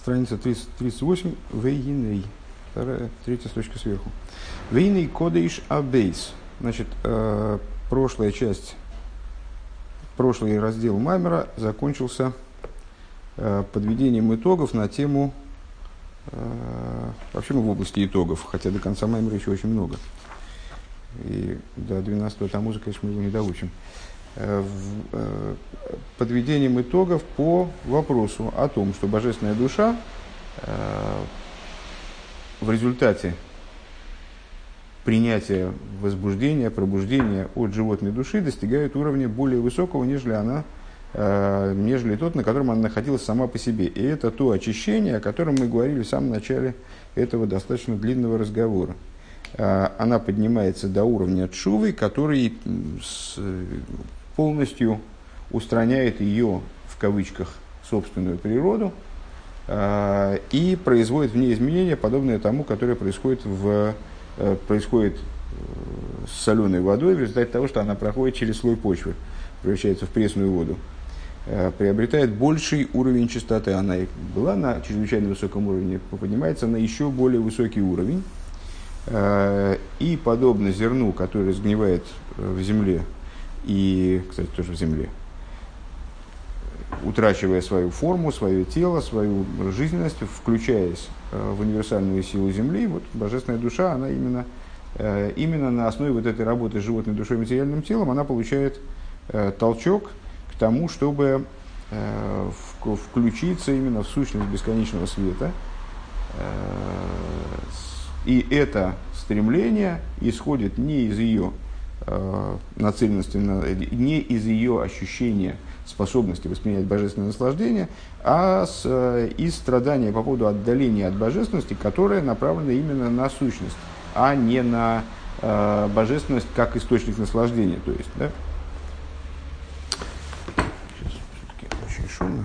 Страница 38, Вейней, третья строчка сверху. Вейней кодейш абейс. Значит, прошлая часть, прошлый раздел Маймера закончился подведением итогов на тему, вообще мы в области итогов, хотя до конца Маймера еще очень много. И до 12-го тамуза, конечно, мы его не доучим. Подведением итогов по вопросу о том, что божественная душа в результате принятия, возбуждения, пробуждения от животной души достигает уровня более высокого, нежели тот, на котором она находилась сама по себе. И это то очищение, о котором мы говорили в самом начале этого достаточно длинного разговора. Она поднимается до уровня тшувы, который полностью устраняет ее, в кавычках, собственную природу и производит в ней изменения, подобные тому, которое происходит с соленой водой в результате того, что она проходит через слой почвы, превращается в пресную воду, приобретает больший уровень чистоты. Она была на чрезвычайно высоком уровне, поднимается на еще более высокий уровень. И подобно зерну, которое сгнивает в земле, и, кстати, тоже в земле, утрачивая свою форму, свое тело, свою жизненность, включаясь в универсальную силу земли, вот божественная душа, она именно на основе вот этой работы с животной душой и материальным телом, она получает толчок к тому, чтобы включиться именно в сущность бесконечного света. И это стремление исходит не из ее нацеленности, не из ее ощущения способности воспринять божественное наслаждение, а из страдания по поводу отдаления от божественности, которое направлено именно на сущность, а не на божественность как источник наслаждения. То есть, да? Сейчас все-таки очень шумно.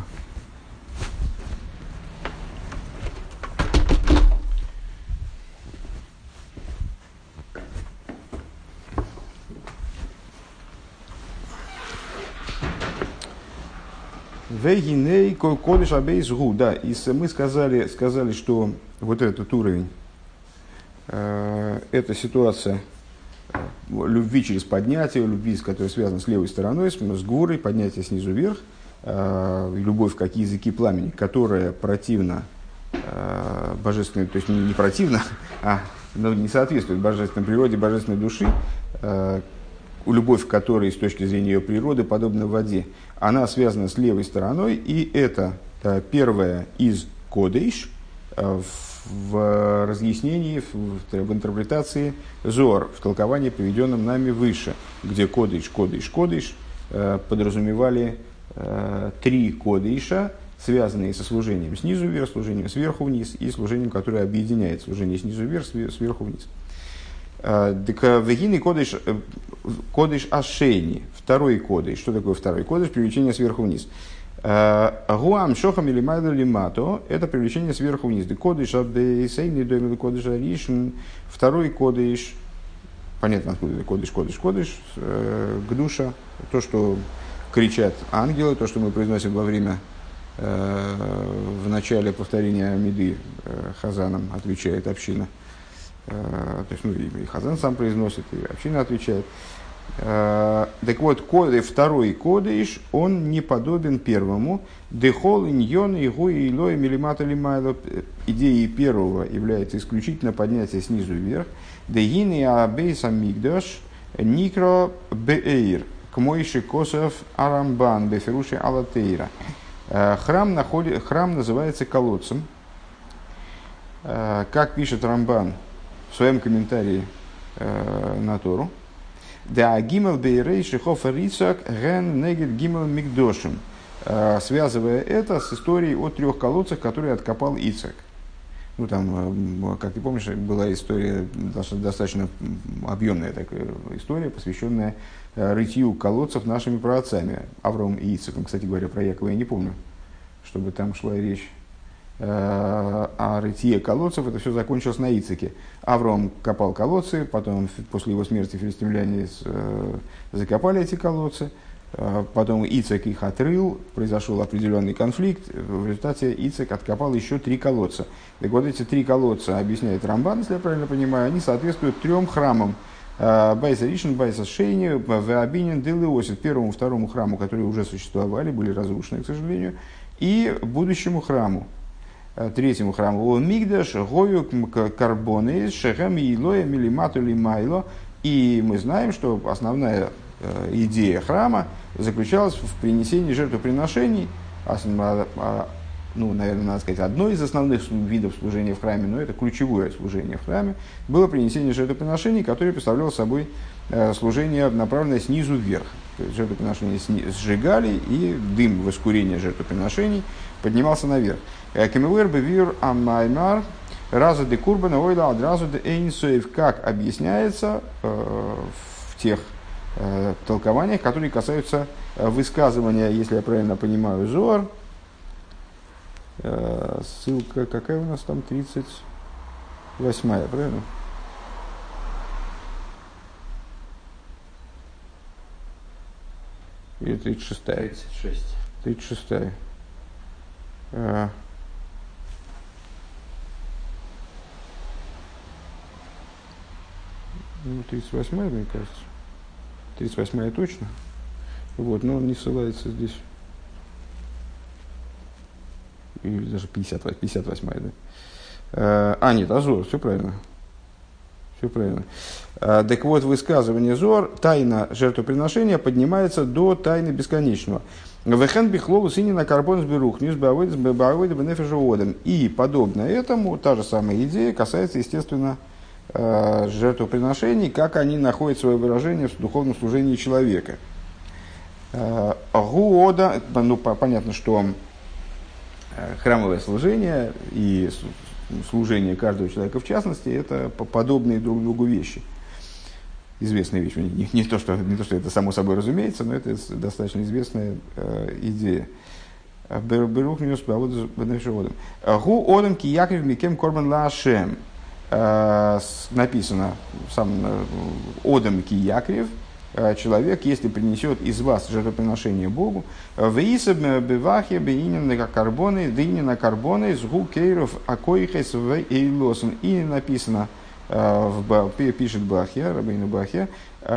Вегиней кодиш абейс гу. Да, и мы сказали, что вот этот уровень, это ситуация любви через поднятие, любви, которая связана с левой стороной, с гурой, поднятие снизу вверх, любовь как языки пламени, которая противна божественной, то есть не противна, но не соответствует божественной природе, божественной души, любовь которой с точки зрения ее природы подобна воде, она связана с левой стороной, и это первое из кодейш в разъяснении, в интерпретации зор, в толковании, приведенном нами выше, где кодейш подразумевали три кодейша, связанные со служением снизу вверх, служением сверху вниз и служением, которое объединяет служение снизу вверх, сверху вниз. Вегины кодиш ашейни, второй кодиш. Что такое второй кодиш? Привлечение сверху вниз. Гуам шохам или майда лимато – это привлечение сверху вниз. Кодиш абейсейни домили кодиш аришн. Второй кодиш, понятно откуда кодиш, гдуша, то, что кричат ангелы, то, что мы произносим во время, в начале повторения Амиды Хазаном отвечает община. То есть, и Хазан сам произносит, и община отвечает. Так вот, второй кодиш, он не подобен первому. Дехол иньон и гуи илой милимата лимайло. Идеей первого является исключительно поднятие снизу вверх. Дегини абейса мигдаш никро беэйр кмойши косов арамбан беферуши алатейра. Храм называется колодцем. Как пишет Рамбан в своем комментарии на Тору, да гимел бейрей шихоф рицак ген негет гимел мигдошим, связывая это с историей о трех колодцах, которые откопал Ицхак. Ну, там, как ты помнишь, была история, достаточно объемная такая история, посвященная рытью колодцев нашими праотцами, Авраамом и Ицхаком. Кстати говоря, про Якова я не помню, чтобы там шла речь о рытье колодцев. Это все закончилось на Ицхаке. Авраам копал колодцы, потом после его смерти филистимляне закопали эти колодцы, Потом Ицек их отрыл, произошел определенный конфликт, в результате Ицек откопал еще 3 колодца. Так вот эти 3 колодца, объясняет Рамбан, если я правильно понимаю, они соответствуют 3 храмам. Байса Ришин, Байса Шейни, Веабинин, Делиосит, первому, второму храму, которые уже существовали, были разрушены, к сожалению, и будущему храму, третьему храму. О Мигдаш, Гою, Карбоны, Шехем, Илоя, Милимату, Лимайло. И мы знаем, что основная идея храма заключалась в принесении жертвоприношений, ну, наверное, надо сказать, одно из основных видов служения в храме, но это ключевое служение в храме, было принесение жертвоприношений, которое представляло собой служение, направленное снизу вверх. То есть жертвоприношения сжигали, и дым воскурения жертвоприношений поднимался наверх. Кемевер бевир амаймар раза де курбана ойла адразу де эйнсоев, как объясняется в тех толкованиях, которые касаются высказывания, если я правильно понимаю, Зоар. Ссылка какая у нас там? 38-я, правильно? Или 36-я? 36-я. Ну, 38-я, мне кажется. 38-я точно. Вот, но он не ссылается здесь. Или даже 58-я, да? Нет, Зор, все правильно. Все правильно. Так вот, высказывание Зор, тайна жертвоприношения поднимается до тайны бесконечного. Вехен бихлолу синина карбон сберух, ньюс бавойд бенефежоодем. И подобно этому, та же самая идея касается, естественно, жертвоприношений, как они находят свое выражение в духовном служении человека. Гуода, ну, понятно, что храмовое служение и служение каждого человека в частности, это подобные друг другу вещи. Известная вещь. Не то, что это само собой разумеется, но это достаточно известная идея. Берух ньюс бавойд бенефежоодем. Гу одам ки якрив микем корбан лашем. Написано сам Одам ки Якрев, человек, если принесет из вас жертвоприношение Богу, веисаб бевахе беинин карбоны, дынина карбоны, сгу кейров акоихес в эйлосен. И написано, пишет Бахья, Рабейну Бахья,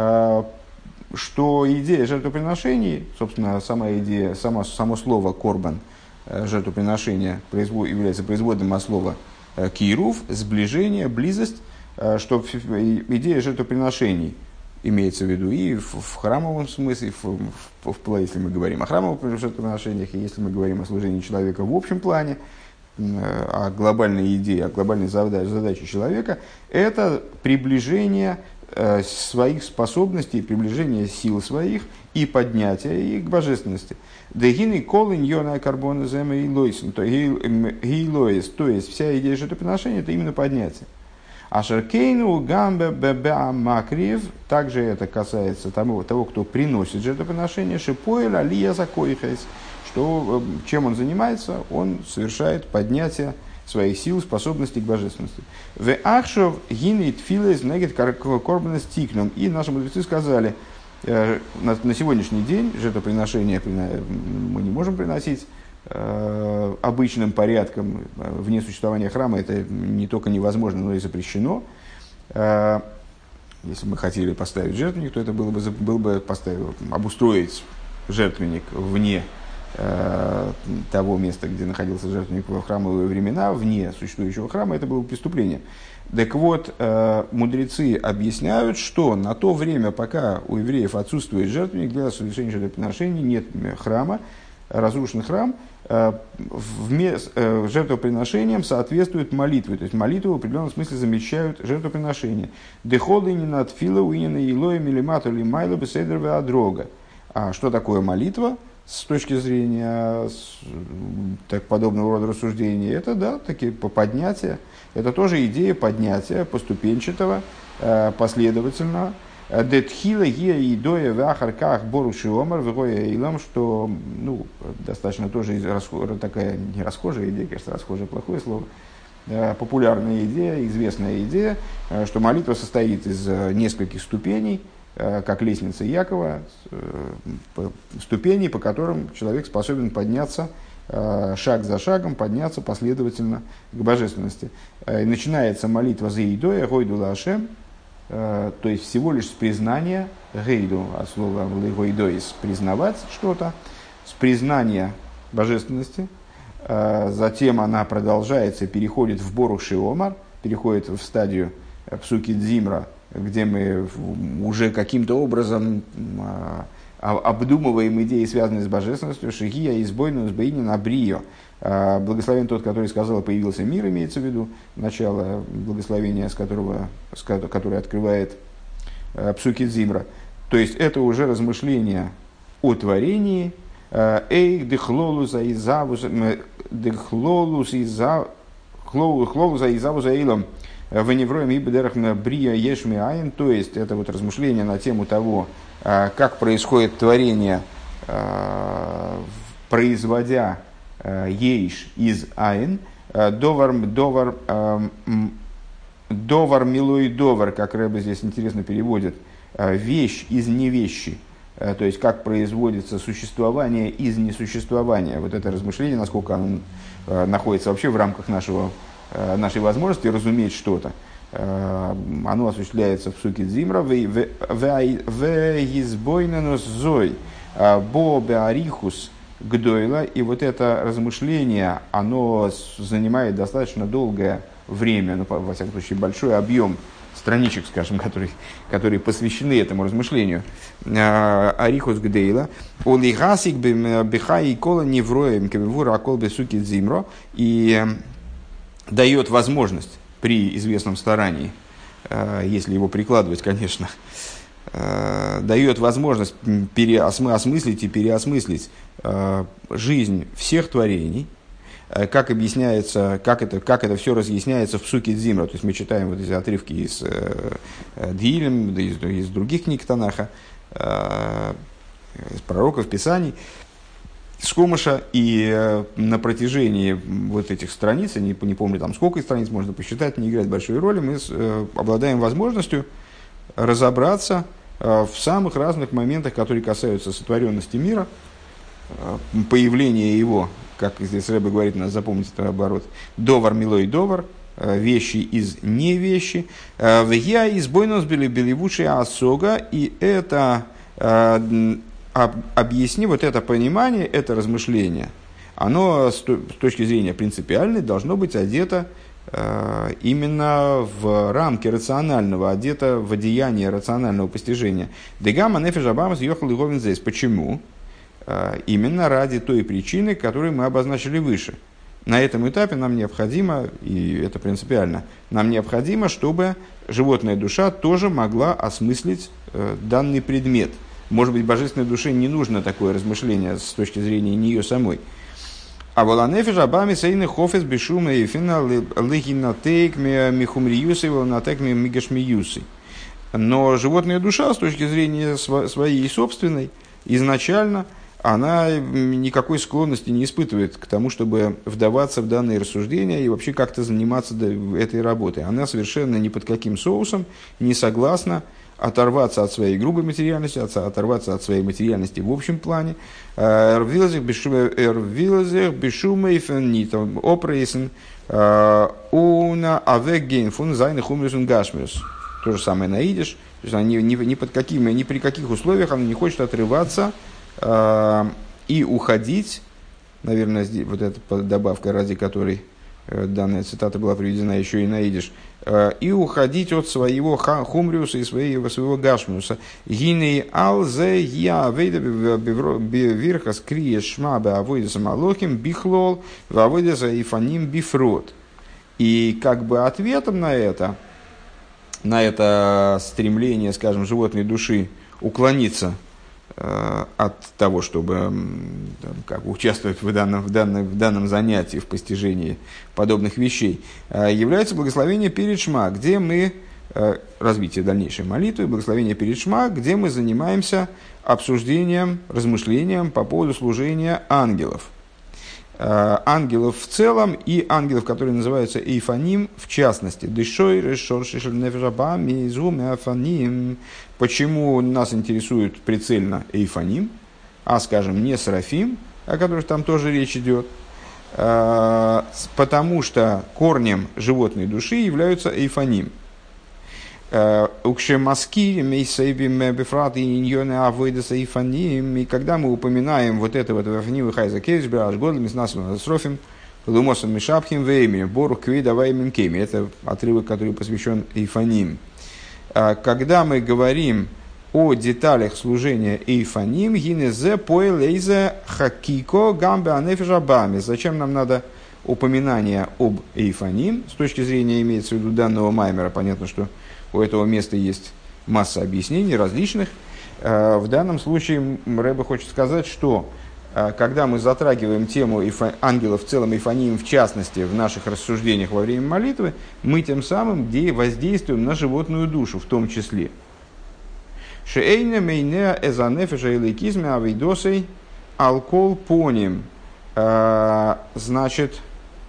что идея жертвоприношений, собственно, сама идея, само слово корбан, жертвоприношение, является производным от слова кирув, сближение, близость, что идея жертвоприношений имеется в виду и в храмовом смысле, если мы говорим о храмовых жертвоприношениях, и если мы говорим о служении человека в общем плане, о глобальной идее, о глобальной задаче человека, это приближение своих способностей, приближение сил своих и поднятие их к божественности. Дегины колын йона карбона зема и лойсен, то есть вся идея жертвоприношения это именно поднятие. А шаркейну гамбе беба макриев, также это касается того, кто приносит жертвоприношение, шипоэль алия закоихайс, что чем он занимается, он совершает поднятие своих сил, способностей к божественности. В ахшов гинит филес негет корбана стикном. И наши мудрецы сказали, на сегодняшний день жертвоприношение мы не можем приносить обычным порядком вне существования храма. Это не только невозможно, но и запрещено. Если мы хотели поставить жертвенник, то это было бы обустроить жертвенник вне того места, где находился жертвенник во храмовые времена, вне существующего храма, это было преступление. Так вот, мудрецы объясняют, что на то время, пока у евреев отсутствует жертвенник для совершения жертвоприношений, нет храма, разрушен храм, жертвоприношениям соответствуют молитвы. То есть молитвы в определенном смысле замещают жертвоприношения. Дехол и не над филу, и не на илоем, или мату, или майло, беседровая адрога. А что такое молитва? С точки зрения так, подобного рода рассуждений, это да, такие поднятия. Это тоже идея поднятия поступенчатого, последовательного. Детхила гия идоя в ахарках боруши омар вегоя илам, что достаточно тоже такая не расхожая идея, кажется, расхожее плохое слово, популярная идея, известная идея, что молитва состоит из нескольких ступеней, как лестница Якова, ступени, по которым человек способен подняться шаг за шагом, подняться последовательно к божественности. И начинается молитва за Идоя, Гойду Лашем, то есть всего лишь с признания, Гейду, от слова Гойдоис, признавать что-то, с признания божественности. Затем она продолжается, переходит в Борух Шиомар, переходит в стадию Псуки Дзимра, где мы уже каким-то образом обдумываем идеи, связанные с божественностью. Шигия избойну сбоини на брио. Благословен тот, который сказал, появился мир, имеется в виду начало благословения, которое открывает Псуки Дзимра. То есть это уже размышления о творении. Эй, дехлолус аизавус аилом в невроем и бедерах брия ешми айн. То есть это вот размышления на тему того, как происходит творение, производя ейш из айн, довар милой довар, как Рэбе здесь интересно переводит, вещь из невещи, то есть как производится существование из несуществования. Вот это размышление, насколько оно находится вообще в рамках нашей возможности разуметь что-то. Оно осуществляется в Псуке Дзимра, в избойненус зой, бо беарихус гдойла. И вот это размышление, оно занимает достаточно долгое время, ну, во всяком случае, большой объем страничек, скажем, которые посвящены этому размышлению. Арихус гдейла. Олигасик бихай кола невроем кевивура акол бесуки дзимро. И дает возможность при известном старании, если его прикладывать, конечно, дает возможность осмыслить и переосмыслить жизнь всех творений, как объясняется, как это все разъясняется в Псуке Дзимра. То есть мы читаем вот эти отрывки из Дилем, из других книг Танаха, из пророков, Писаний, с Хумаша, и на протяжении вот этих страниц, не помню там сколько страниц, можно посчитать, не играет большой роли, мы обладаем возможностью разобраться в самых разных моментах, которые касаются сотворенности мира, появления его, как здесь Рэбе говорит, надо запомнить этот оборот, довар милой довар, вещи из невещи, в я избойнос белевуши асога, и это объясни, вот это понимание, это размышление, оно с точки зрения принципиальной должно быть одето именно в рамки рационального, одето в одеяние рационального постижения. Дегама нефеш абамас йохал иговин здесь. Почему? Именно ради той причины, которую мы обозначили выше. На этом этапе нам необходимо, и это принципиально, нам необходимо, чтобы животная душа тоже могла осмыслить данный предмет. Может быть, божественной душе не нужно такое размышление с точки зрения нее самой. А воланефиш абами сейны хофес бешума и фина лихинатейк михумриюсы воланатек мигашмиюсы. Но животная душа с точки зрения своей собственной, изначально, она никакой склонности не испытывает к тому, чтобы вдаваться в данные рассуждения и вообще как-то заниматься этой работой. Она совершенно ни под каким соусом не согласна оторваться от своей грубой материальности, оторваться от своей материальности в общем плане. То же самое на идиш. То есть ни при каких условиях она не хочет отрываться и уходить. Наверное, здесь, вот эта добавка, ради которой данная цитата была приведена еще и на идиш, и уходить от своего хумриуса и своего гашмиуса. Гиней алзе я вейда бирха скрие шма бе авойда самалохим бихлол в авойда за ифаним бифрот. И как бы ответом на это стремление, скажем, животной души уклониться от того, чтобы участвовать в данном занятии, в постижении подобных вещей, является благословение перед Шма, где мы, развитие дальнейшей молитвы, благословение перед Шма, где мы занимаемся обсуждением, размышлением по поводу служения ангелов. ангелов в целом и ангелов, которые называются эйфаним, в частности. Дышой, решор, шишель, нефжаба, мейзум, эйфаним. Почему нас интересует прицельно эйфаним, а, скажем, не серафим, о которых там тоже речь идет? Потому что корнем животной души являются эйфаним. И когда мы упоминаем вот это вот эйфаним, это отрывок, который посвящен эйфаним. Когда мы говорим о деталях служения эйфаним, гинезе поэлейзе хакико гамбе анефижабами. Зачем нам надо упоминание об эйфаним? С точки зрения, имеется в виду, данного маймера, понятно, что у этого места есть масса объяснений различных. В данном случае Рэбе хочет сказать, что когда мы затрагиваем тему ангелов в целом, эйфаним в частности, в наших рассуждениях во время молитвы, мы тем самым воздействуем на животную душу в том числе. Шеэйне мейне эзанефеша элейкизме авейдосей алкол поним. Значит,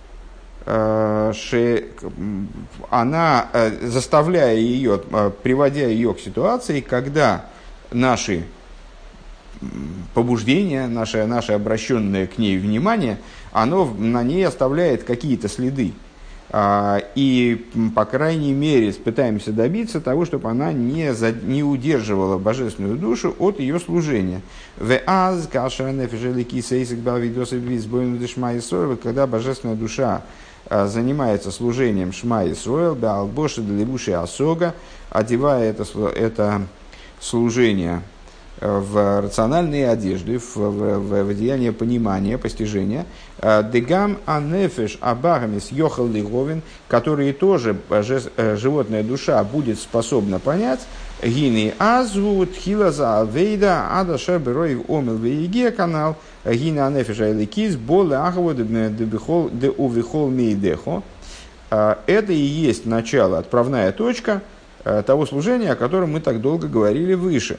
она, заставляя ее, приводя ее к ситуации, когда наши побуждения, наше обращенное к ней внимание, оно на ней оставляет какие-то следы. И, по крайней мере, пытаемся добиться того, чтобы она не удерживала божественную душу от ее служения. Когда божественная душа занимается служением Шма Исроэл, Беалбоши Делебуши Асога, одевая это служение в рациональные одежды, в одеяние понимания, постижения, дегам анефеш абагамис йохал лиговин, которые тоже животная душа будет способна понять, гини азу тхила за авейда адаша бероев омел вееге канал гини анефеш айликиз боле ахаво де увихол мейдехо. Это и есть начало, отправная точка того служения, о котором мы так долго говорили выше.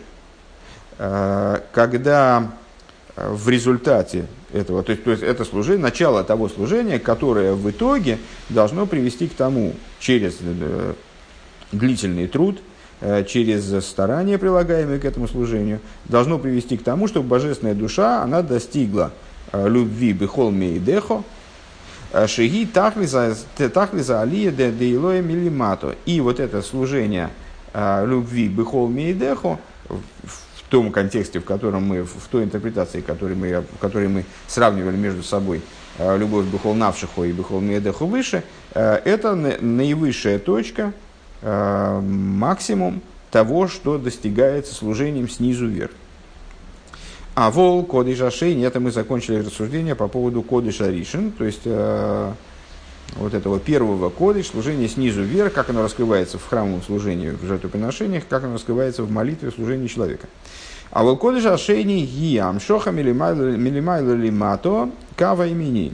Когда в результате этого, то есть это служение, начало того служения, которое в итоге должно привести к тому, через длительный труд, через старания, прилагаемые к этому служению, должно привести к тому, чтобы божественная душа, она достигла любви бихол мейдехо, шеги тахлиза алия де илоя милимато. И вот это служение любви бихол мейдехо, в том контексте, в котором мы, в той интерпретации, в которой мы сравнивали между собой любовь бихол навшихо и бихол мейдехо выше, это наивысшая точка, максимум того, что достигается служением снизу вверх. А вол кодиш ашейн, это мы закончили рассуждение по поводу кодиш аришин, то есть вот этого первого кодиш, служение снизу вверх, как оно раскрывается в храмовом служении, в жертвоприношениях, как оно раскрывается в молитве, в служении человека. А вот кодиш ашейни гиам шоха милимайло лимато кава имени.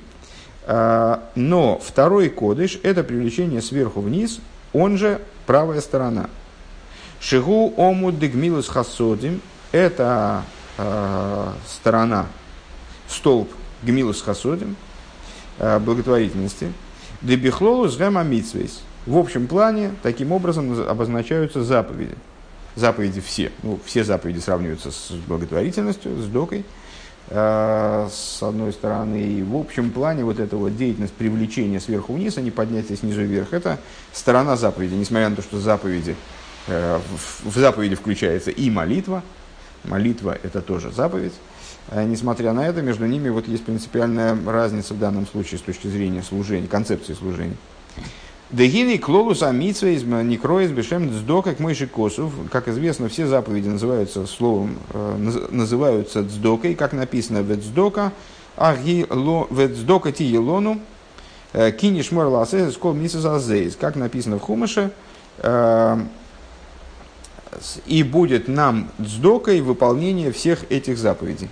Но второй кодиш – это привлечение сверху вниз, он же правая сторона. Шигу ому дегмилус хасодим – это сторона, столб гмилус хасодим, благотворительности. Дебихлолус гэма митсвейс. В общем плане, таким образом обозначаются заповеди. Заповеди все. Все заповеди сравниваются с благотворительностью, с докой, с одной стороны. И в общем плане вот эта вот деятельность привлечения сверху вниз, а не поднятия снизу вверх, это сторона заповеди. Несмотря на то, что заповеди, в заповеди включается и молитва. Молитва – это тоже заповедь. Несмотря на это, между ними вот есть принципиальная разница в данном случае с точки зрения служения, концепции служения. Дегини клолус амитсвейз некроиз бешем дздока к мойши косов. Как известно, все заповеди называются словом, называются дздокой, как написано ведздока, ведздока ти елону, киниш морласез скол мисс азейз, как написано в Хумаше, и будет нам дздокой выполнение всех этих заповедей.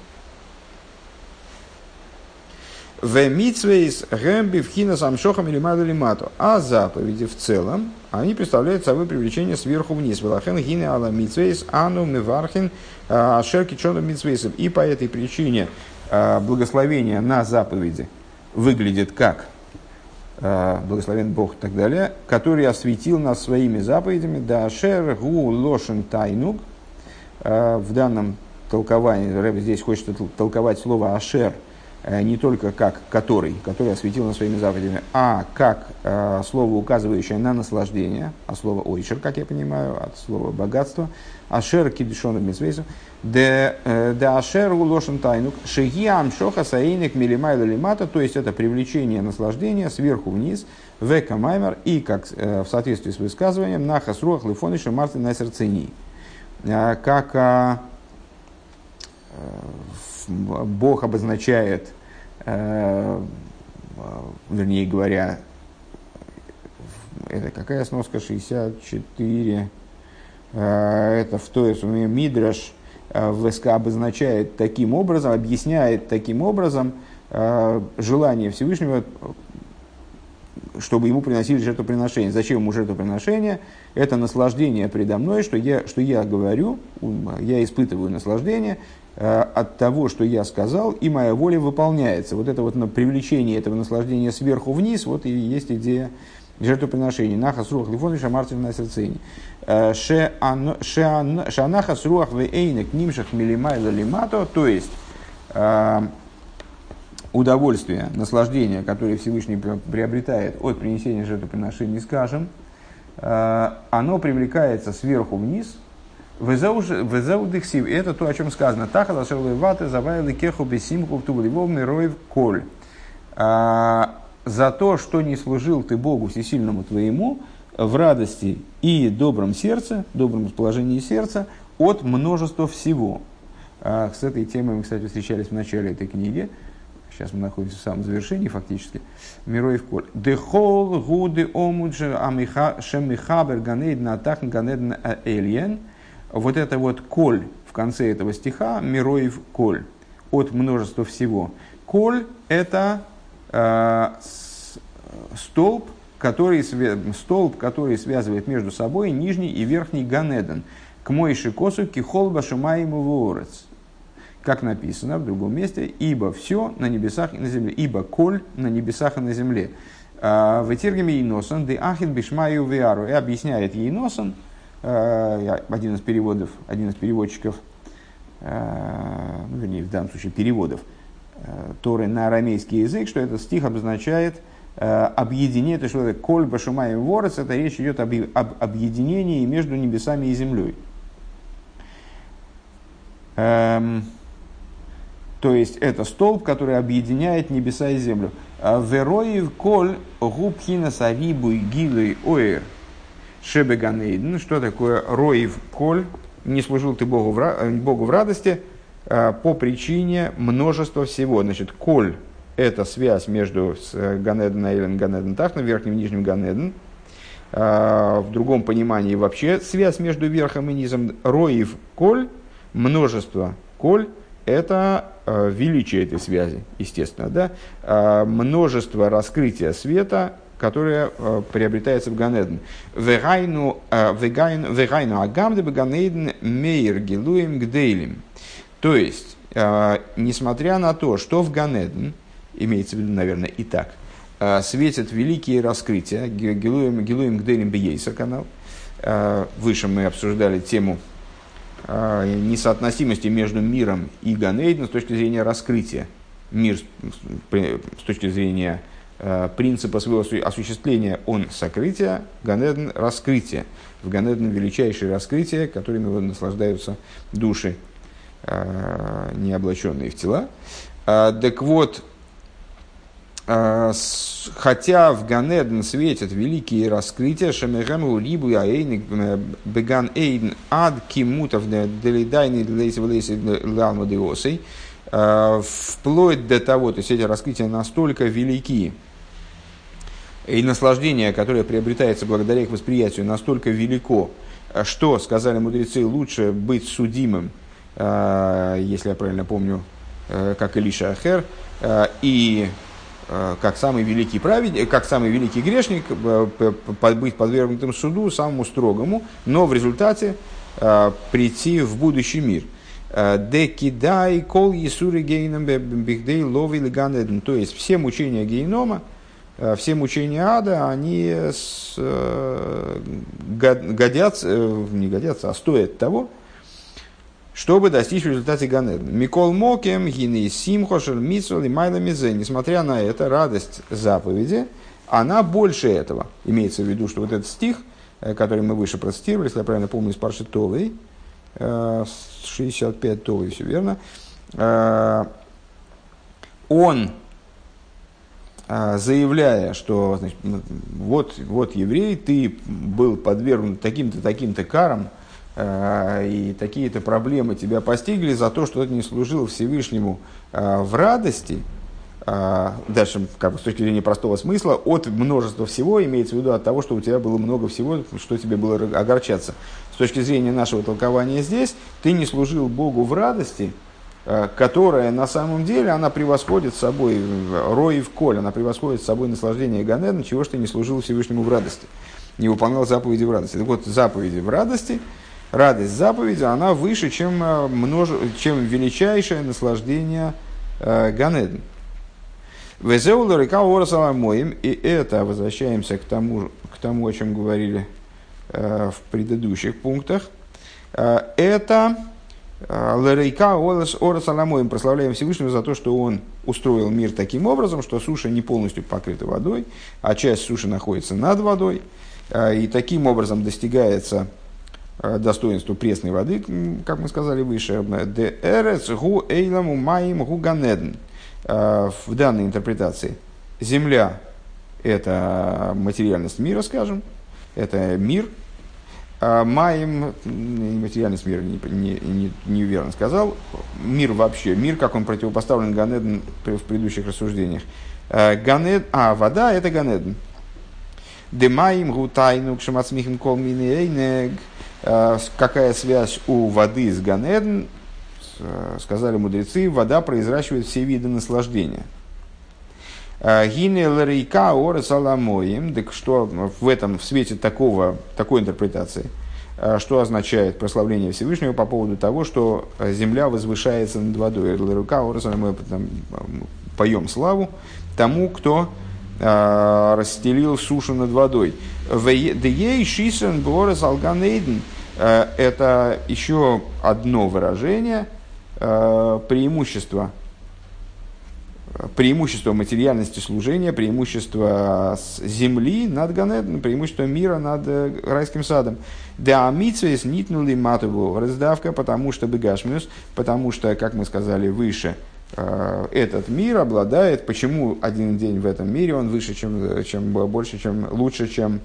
В митсвейс гэмби вхина самшохам или мадалимату. А заповеди в целом, они представляют собой привлечение сверху вниз. Велахен гине ала митсвейс ану мевархин шерки чону митсвейсов. И по этой причине благословение на заповеди выглядит как благословен Бог и так далее, который осветил нас своими заповедями, да ашер гу лошен тайнуг. В данном толковании Рэб здесь хочет толковать слово ашер не только как который осветил нас своими заповедями, а как слово, указывающее на наслаждение, а слово ойшер, как я понимаю, от слова богатство, ашер кидишон митцвейсу, де ашер улошен тайнук, шеги амшоха саейник милимайла лимата, то есть это привлечение наслаждения сверху вниз, века маймер, и как в соответствии с высказыванием, нахас руах лифониша мартин найсер цени, как Бог обозначает, вернее говоря, это какая сноска, 64, это в той Мидраш обозначает таким образом, объясняет таким образом желание Всевышнего, чтобы ему приносили жертвоприношение. Зачем ему жертвоприношение? Это наслаждение предо мной, что я говорю, я испытываю наслаждение от того, что я сказал, и моя воля выполняется. Вот это вот привлечение этого наслаждения сверху вниз, вот и есть идея жертвоприношения. Нахас руах лифон шамартин на сердцени. Шанахас руах вейнек нимшах милимайла лимато, то есть удовольствие, наслаждение, которое Всевышний приобретает от принесения жертвоприношений, скажем, оно привлекается сверху вниз. Везаудыхсив, это то, о чем сказано. Тахала шерлеваты завайли кеху бессимку птубливов мироев коль. За то, что не служил ты Богу всесильному твоему в радости и добром сердце, добром расположении сердца от множества всего. С этой темой мы, кстати, встречались в начале этой книги. Сейчас мы находимся в самом завершении фактически. Мироев коль. Дехол гуды омуджи шемихабер ганейдна атахн ганейдна эльен. Вот это вот коль в конце этого стиха, мироев коль, от множества всего. Коль – это столб, который связывает между собой нижний и верхний Ганеден. К мойши косу кихолба шумаиму ворец. Как написано в другом месте, ибо все на небесах и на земле, ибо коль на небесах и на земле. В Этиргаме Ейносан, де ахин бишмаю виару, и объясняет Ейносан, один из переводчиков, вернее, в данном случае переводов Торы на арамейский язык, что этот стих обозначает объединение, то, что это коль башумаем ворец, это речь идет об объединении между небесами и землей. То есть это столб, который объединяет небеса и землю. Вероев коль губхина савибу и гилой оэр шебеганейден. Что такое роев коль? Не служил ты Богу в радости по причине множества всего. Значит, коль – это связь между Ганеден Эйлен и Ганеден Тахна, верхним и нижним Ганеден. В другом понимании вообще связь между верхом и низом. Роев коль, множество коль – это величие этой связи, естественно. Да? Множество раскрытия света, которое приобретается в Ганеден. Вегайну агамде беганейден мейр гилуем гдейлем. То есть, несмотря на то, что в Ганеден, имеется в виду, наверное, и так, светят великие раскрытия, гилуем гдейлем бейейса канал. Выше мы обсуждали тему несоотносимости между миром и Ганейден с точки зрения раскрытия. Мир с точки зрения принципа своего осуществления, он сокрытие, Ганеден – раскрытие. В Ганеден величайшее раскрытие, которыми наслаждаются души, не облаченные в тела. Так вот, хотя в Ганеден светят великие раскрытия, шемегэму либу яэйник беган эйден ад кимутов делидайны делейси ламадиосей, вплоть до того, то есть эти раскрытия настолько велики, и наслаждение, которое приобретается благодаря их восприятию, настолько велико, что, сказали мудрецы, лучше быть судимым, если я правильно помню, как Элиша Ахер, и как самый великий праведник, как самый великий грешник, быть подвергнутым суду, самому строгому, но в результате прийти в будущий мир. Декидай кол есуры гейном бигдей лови лиганеден. То есть все мучения гейнома, все мучения ада, они годятся, не годятся, а стоят того, чтобы достичь в результате Ганедна. Микол мокем, гиней симхошер, митсул и майла мизе. Несмотря на это, радость заповеди, она больше этого. Имеется в виду, что вот этот стих, который мы выше процитировали, если я правильно помню, из Парши Товей, 65 Товей, все верно, он, заявляя, что значит, вот еврей, ты был подвергнут таким-то, таким-то карам, и такие-то проблемы тебя постигли за то, что ты не служил Всевышнему в радости. Дальше, как бы, с точки зрения простого смысла, от множества всего имеется в виду от того, что у тебя было много всего, что тебе было огорчаться. С точки зрения нашего толкования здесь, ты не служил Богу в радости, которая на самом деле, она превосходит собой рой в коль, она превосходит собой наслаждение Ганедна, чего ж ты не служил Всевышнему в радости, не выполнял заповеди в радости. Так вот, заповеди в радости, радость заповеди, она выше, чем величайшее наслаждение Ганедна. И это, возвращаемся к тому, о чем говорили в предыдущих пунктах, это Лерейка Орас Аламоим, прославляем Всевышнего за то, что он устроил мир таким образом, что суша не полностью покрыта водой, а часть суши находится над водой, и таким образом достигается достоинство пресной воды, как мы сказали выше. Де эрец гу эйламу маим гу ганедн. В данной интерпретации земля – это материальность мира, скажем, это мир. Маим, материальность мира, неверно сказал, мир вообще, мир, как он противопоставлен Ганедн в предыдущих рассуждениях. Вода – это Ганедн. Демаим гутайну кшамацмихим кол минейнег. Какая связь у воды с Ганедн? Сказали мудрецы, вода произращивает все виды наслаждения. Гине ларейка орес аламоим, так что в этом, в свете такой интерпретации, что означает прославление Всевышнего по поводу того, что земля возвышается над водой. Ларейка орес аламоим, поем славу тому, кто расстелил сушу над водой. Деей шисен борес алганейден. Это еще одно выражение преимущества материальности служения, преимущества земли над Ганедом, преимущество мира над райским садом. Да амитсвейс нитнули матову раздавка, потому что бегашмиус, потому что, как мы сказали выше, этот мир обладает, почему один день в этом мире он выше, чем больше, чем лучше, чем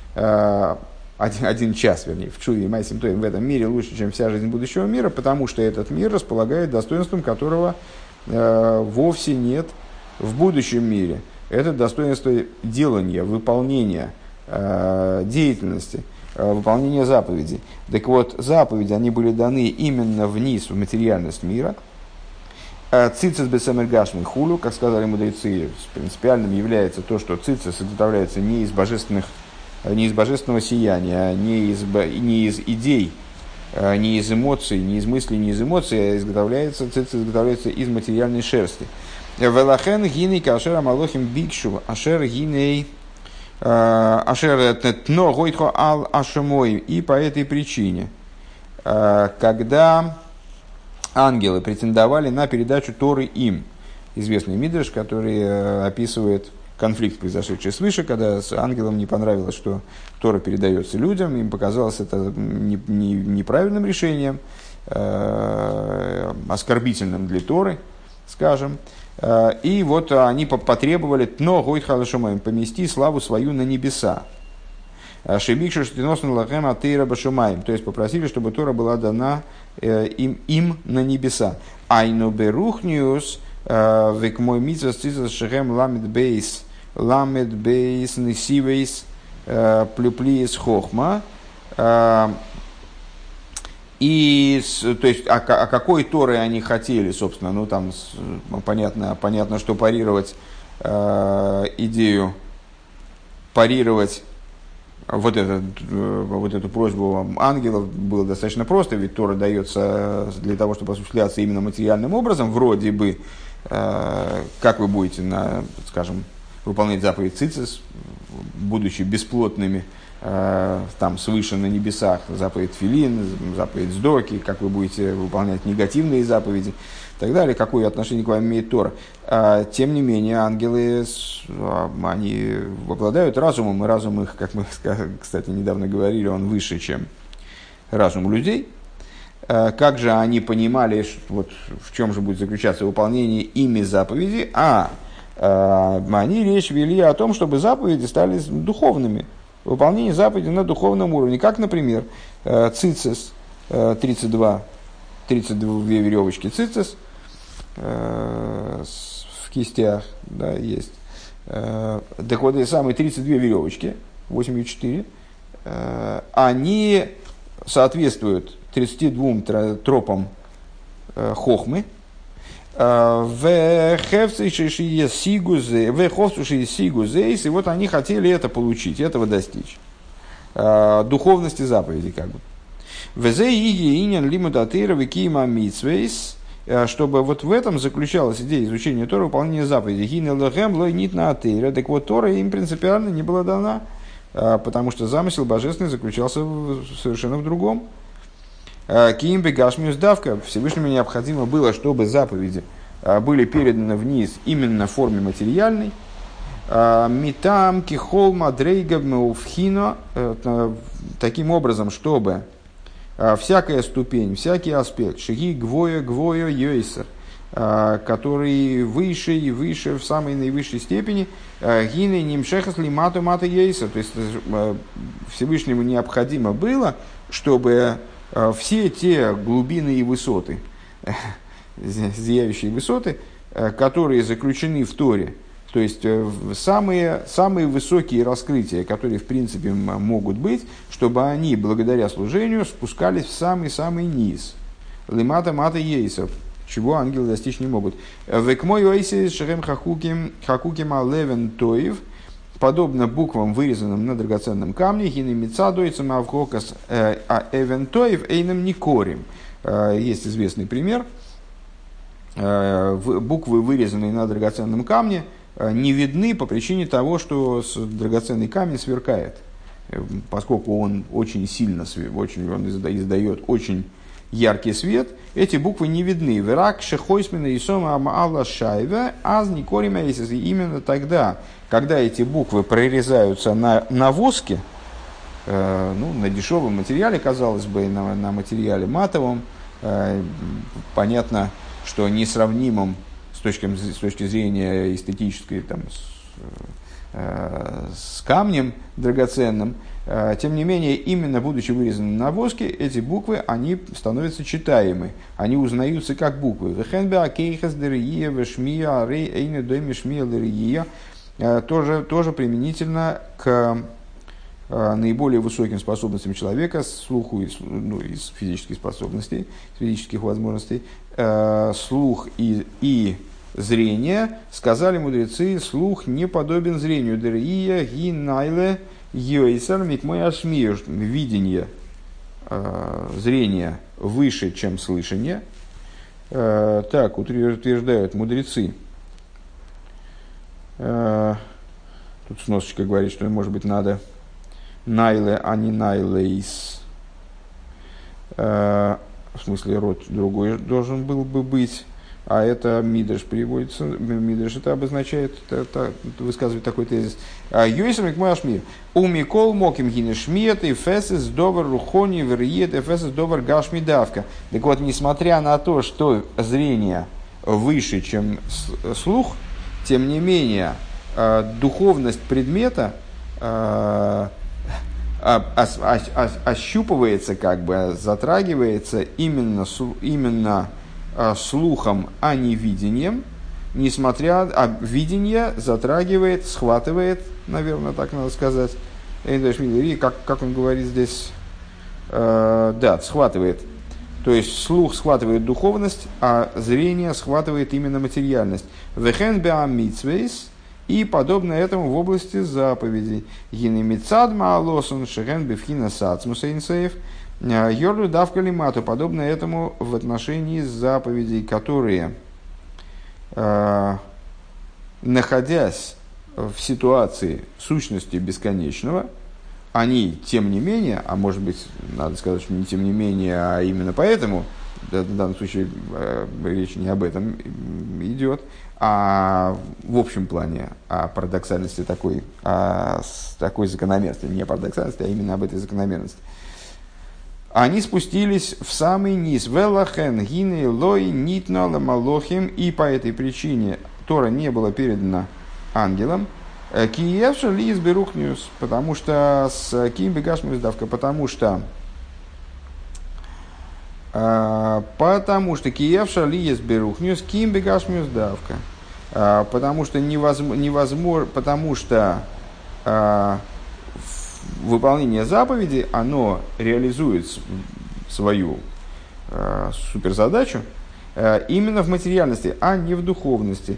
один час, вернее, в Чуве и Майсим Тоим в этом мире лучше, чем вся жизнь будущего мира, потому что этот мир располагает достоинством, которого вовсе нет в будущем мире. Это достоинство делания, выполнения, деятельности, выполнения заповедей. Так вот, заповеди, они были даны именно вниз, в материальность мира. Цицис бесамергашмин хулю, как сказали мудрецы, принципиальным является то, что цицис изготовляется не из божественного сияния, не из идей, не из эмоций, не из мыслей, не из эмоций, а цицис изготовляется из материальной шерсти. Велахен гиней кашер амалохим бикшу, ашер гиней, ашер тно гойтхо ал ашемой. И по этой причине, когда ангелы претендовали на передачу Торы им, известный мидраш, который описывает конфликт, произошедший свыше, когда с ангелом не понравилось, что Тора передается людям, им показалось это неправильным решением, оскорбительным для Торы, скажем. И вот они потребовали «Тно гойт халашумаем» помести славу свою на небеса. Шебикшу штиносн лахем атеира башумаем, то есть попросили, чтобы Тора была дана им на небеса. Айну берухниус век мой митзвас цизас шехем ламет бейс несивейс плюплиес хохма. И, то есть, о какой Торе они хотели, собственно, ну там понятно, что парировать идею, парировать вот эту просьбу ангелов было достаточно просто, ведь Тора дается для того, чтобы осуществляться именно материальным образом, вроде бы, как вы будете, скажем, выполнять заповедь цицис, будучи бесплотными, там свыше на небесах, заповедь филин, заповедь сдоки, как вы будете выполнять негативные заповеди и так далее, какое отношение к вам имеет Тора. Тем не менее, ангелы, они обладают разумом, и разум их, как мы, кстати, недавно говорили, он выше, чем разум людей. Как же они понимали, вот в чем же будет заключаться выполнение ими заповеди, они речь вели о том, чтобы заповеди стали духовными. Выполнение заповеди на духовном уровне. Как, например, цицис, 32 веревочки цицис в кистях, да, есть. Так вот, эти самые 32 веревочки, 8,4, они соответствуют 32 тропам хохмы, и вот они хотели это получить, этого достичь. Духовности заповеди, как бы. Чтобы вот в этом заключалась идея изучения Торы, выполнения заповедей. Так вот, Тора им принципиально не была дана, потому что замысел божественный заключался совершенно в другом. Киимбе гашмиус давка, Всевышнему необходимо было, чтобы заповеди были переданы вниз именно в форме материальной. Митам кихол мадрейга меуфхино, таким образом, чтобы всякая ступень, всякий аспект, шиги гвоя йойсер, который выше и выше, в самой наивысшей степени, гины нимшехас лимату мата йойсер, то есть Всевышнему необходимо было, чтобы все те глубины и высоты, зияющие высоты, которые заключены в Торе, то есть самые высокие раскрытия, которые в принципе могут быть, чтобы они благодаря служению спускались в самый-самый низ. Лимата мата ейсов, чего ангелы достичь не могут. Векмой ойсис шерем хакуким алевен тоев, подобно буквам, вырезанным на драгоценном камне, хины мицадойцам авхокас эвентоев эйном никорим. Есть известный пример. Буквы, вырезанные на драгоценном камне, не видны по причине того, что драгоценный камень сверкает, поскольку он очень сильно, он издает очень яркий свет, эти буквы не видны. Верак шехойсмина и сома амаала шайва аз никорим эйсис. И именно тогда, когда эти буквы прорезаются на воске, на дешевом материале, казалось бы, на материале матовом, понятно, что несравнимым с точки зрения эстетической с камнем драгоценным, тем не менее, именно будучи вырезаны на воске, эти буквы, они становятся читаемы, они узнаются как буквы. Тоже применительно к наиболее высоким способностям человека, слуху из физических способностей, из физических возможностей, слух и зрение, сказали мудрецы, слух не подобен зрению. Дерия гинайле йойсар микмой ашмир. Видение, зрение выше, чем слышание. Так утверждают мудрецы. Тут сносочка говорит, что, может быть, надо найле, а не найлейс. В смысле, род другой должен был бы быть. А это мидраш переводится. Мидраш это обозначает, это высказывает такой тезис. Йойсер микмой ашмир. Умикол моким гинешмиет и фесес довар рухони вериет и фесес довар гашми давка. Так вот, несмотря на то, что зрение выше, чем слух, тем не менее, духовность предмета ощупывается, как бы затрагивается именно слухом, а не видением, видение затрагивает, схватывает, наверное, так надо сказать, как он говорит здесь, схватывает. То есть слух схватывает духовность, а зрение схватывает именно материальность. И подобно этому в области заповедей. Гинемицад маалосон шеген бифхина сацмуса инсеев. Йорлю давка лимату. Подобно этому в отношении заповедей, которые, находясь в ситуации сущности бесконечного, они, тем не менее, а может быть, надо сказать, что не тем не менее, а именно поэтому, в данном случае речь не об этом идет, а в общем плане о парадоксальности такой закономерности, не о парадоксальности, а именно об этой закономерности. Они спустились в самый низ. Велахен гины лой нитна ламалохим, и по этой причине Тора не была передана ангелам. Киевша ли изберухниус, потому что с ким бегашмиус давка, потому что Киевша ли изберухниус, ким бегашмиус давка, потому что невозможно, потому что выполнение заповеди, оно реализует свою суперзадачу именно в материальности, а не в духовности.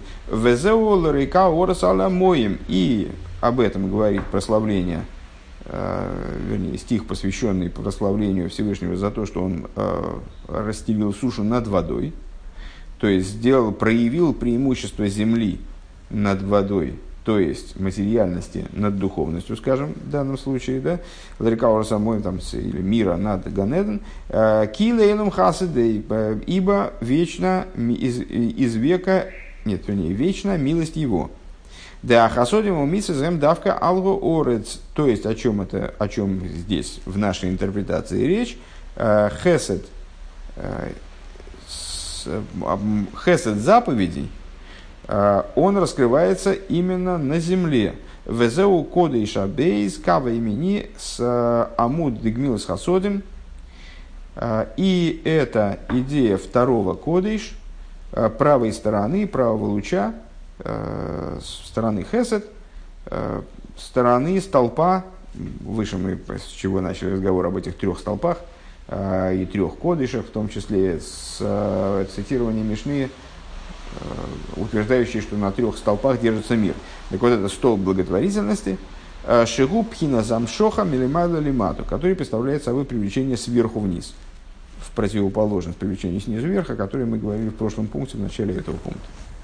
И об этом говорит прославление, вернее, стих, посвященный прославлению Всевышнего за то, что он расстелил сушу над водой, то есть проявил преимущество земли над водой, то есть материальности над духовностью, скажем, в данном случае, да, Ларикаура самой там, или мира над Ганеден, Килейнум Хасидей, ибо вечно из века, нет, вернее, вечна милость его. Да, Хасодим умисэзэм давка алго орец, то есть о чем здесь в нашей интерпретации речь, хесед заповедей, он раскрывается именно на земле. Везеу кодейш абейс кава имени с амуд дегмилс хасодим. И это идея второго кодейш, правой стороны, правого луча, стороны хесед, стороны столпа. Выше мы с чего начали разговор об этих трех столпах и трех кодейшах, в том числе с цитированием Мишны, утверждающий, что на трех столпах держится мир. Так вот, это столб благотворительности, шигу пхина замшоха милимайла лимату, который представляет собой привлечение сверху вниз, в противоположность привлечению снизу вверх, о котором мы говорили в прошлом пункте, в начале этого пункта.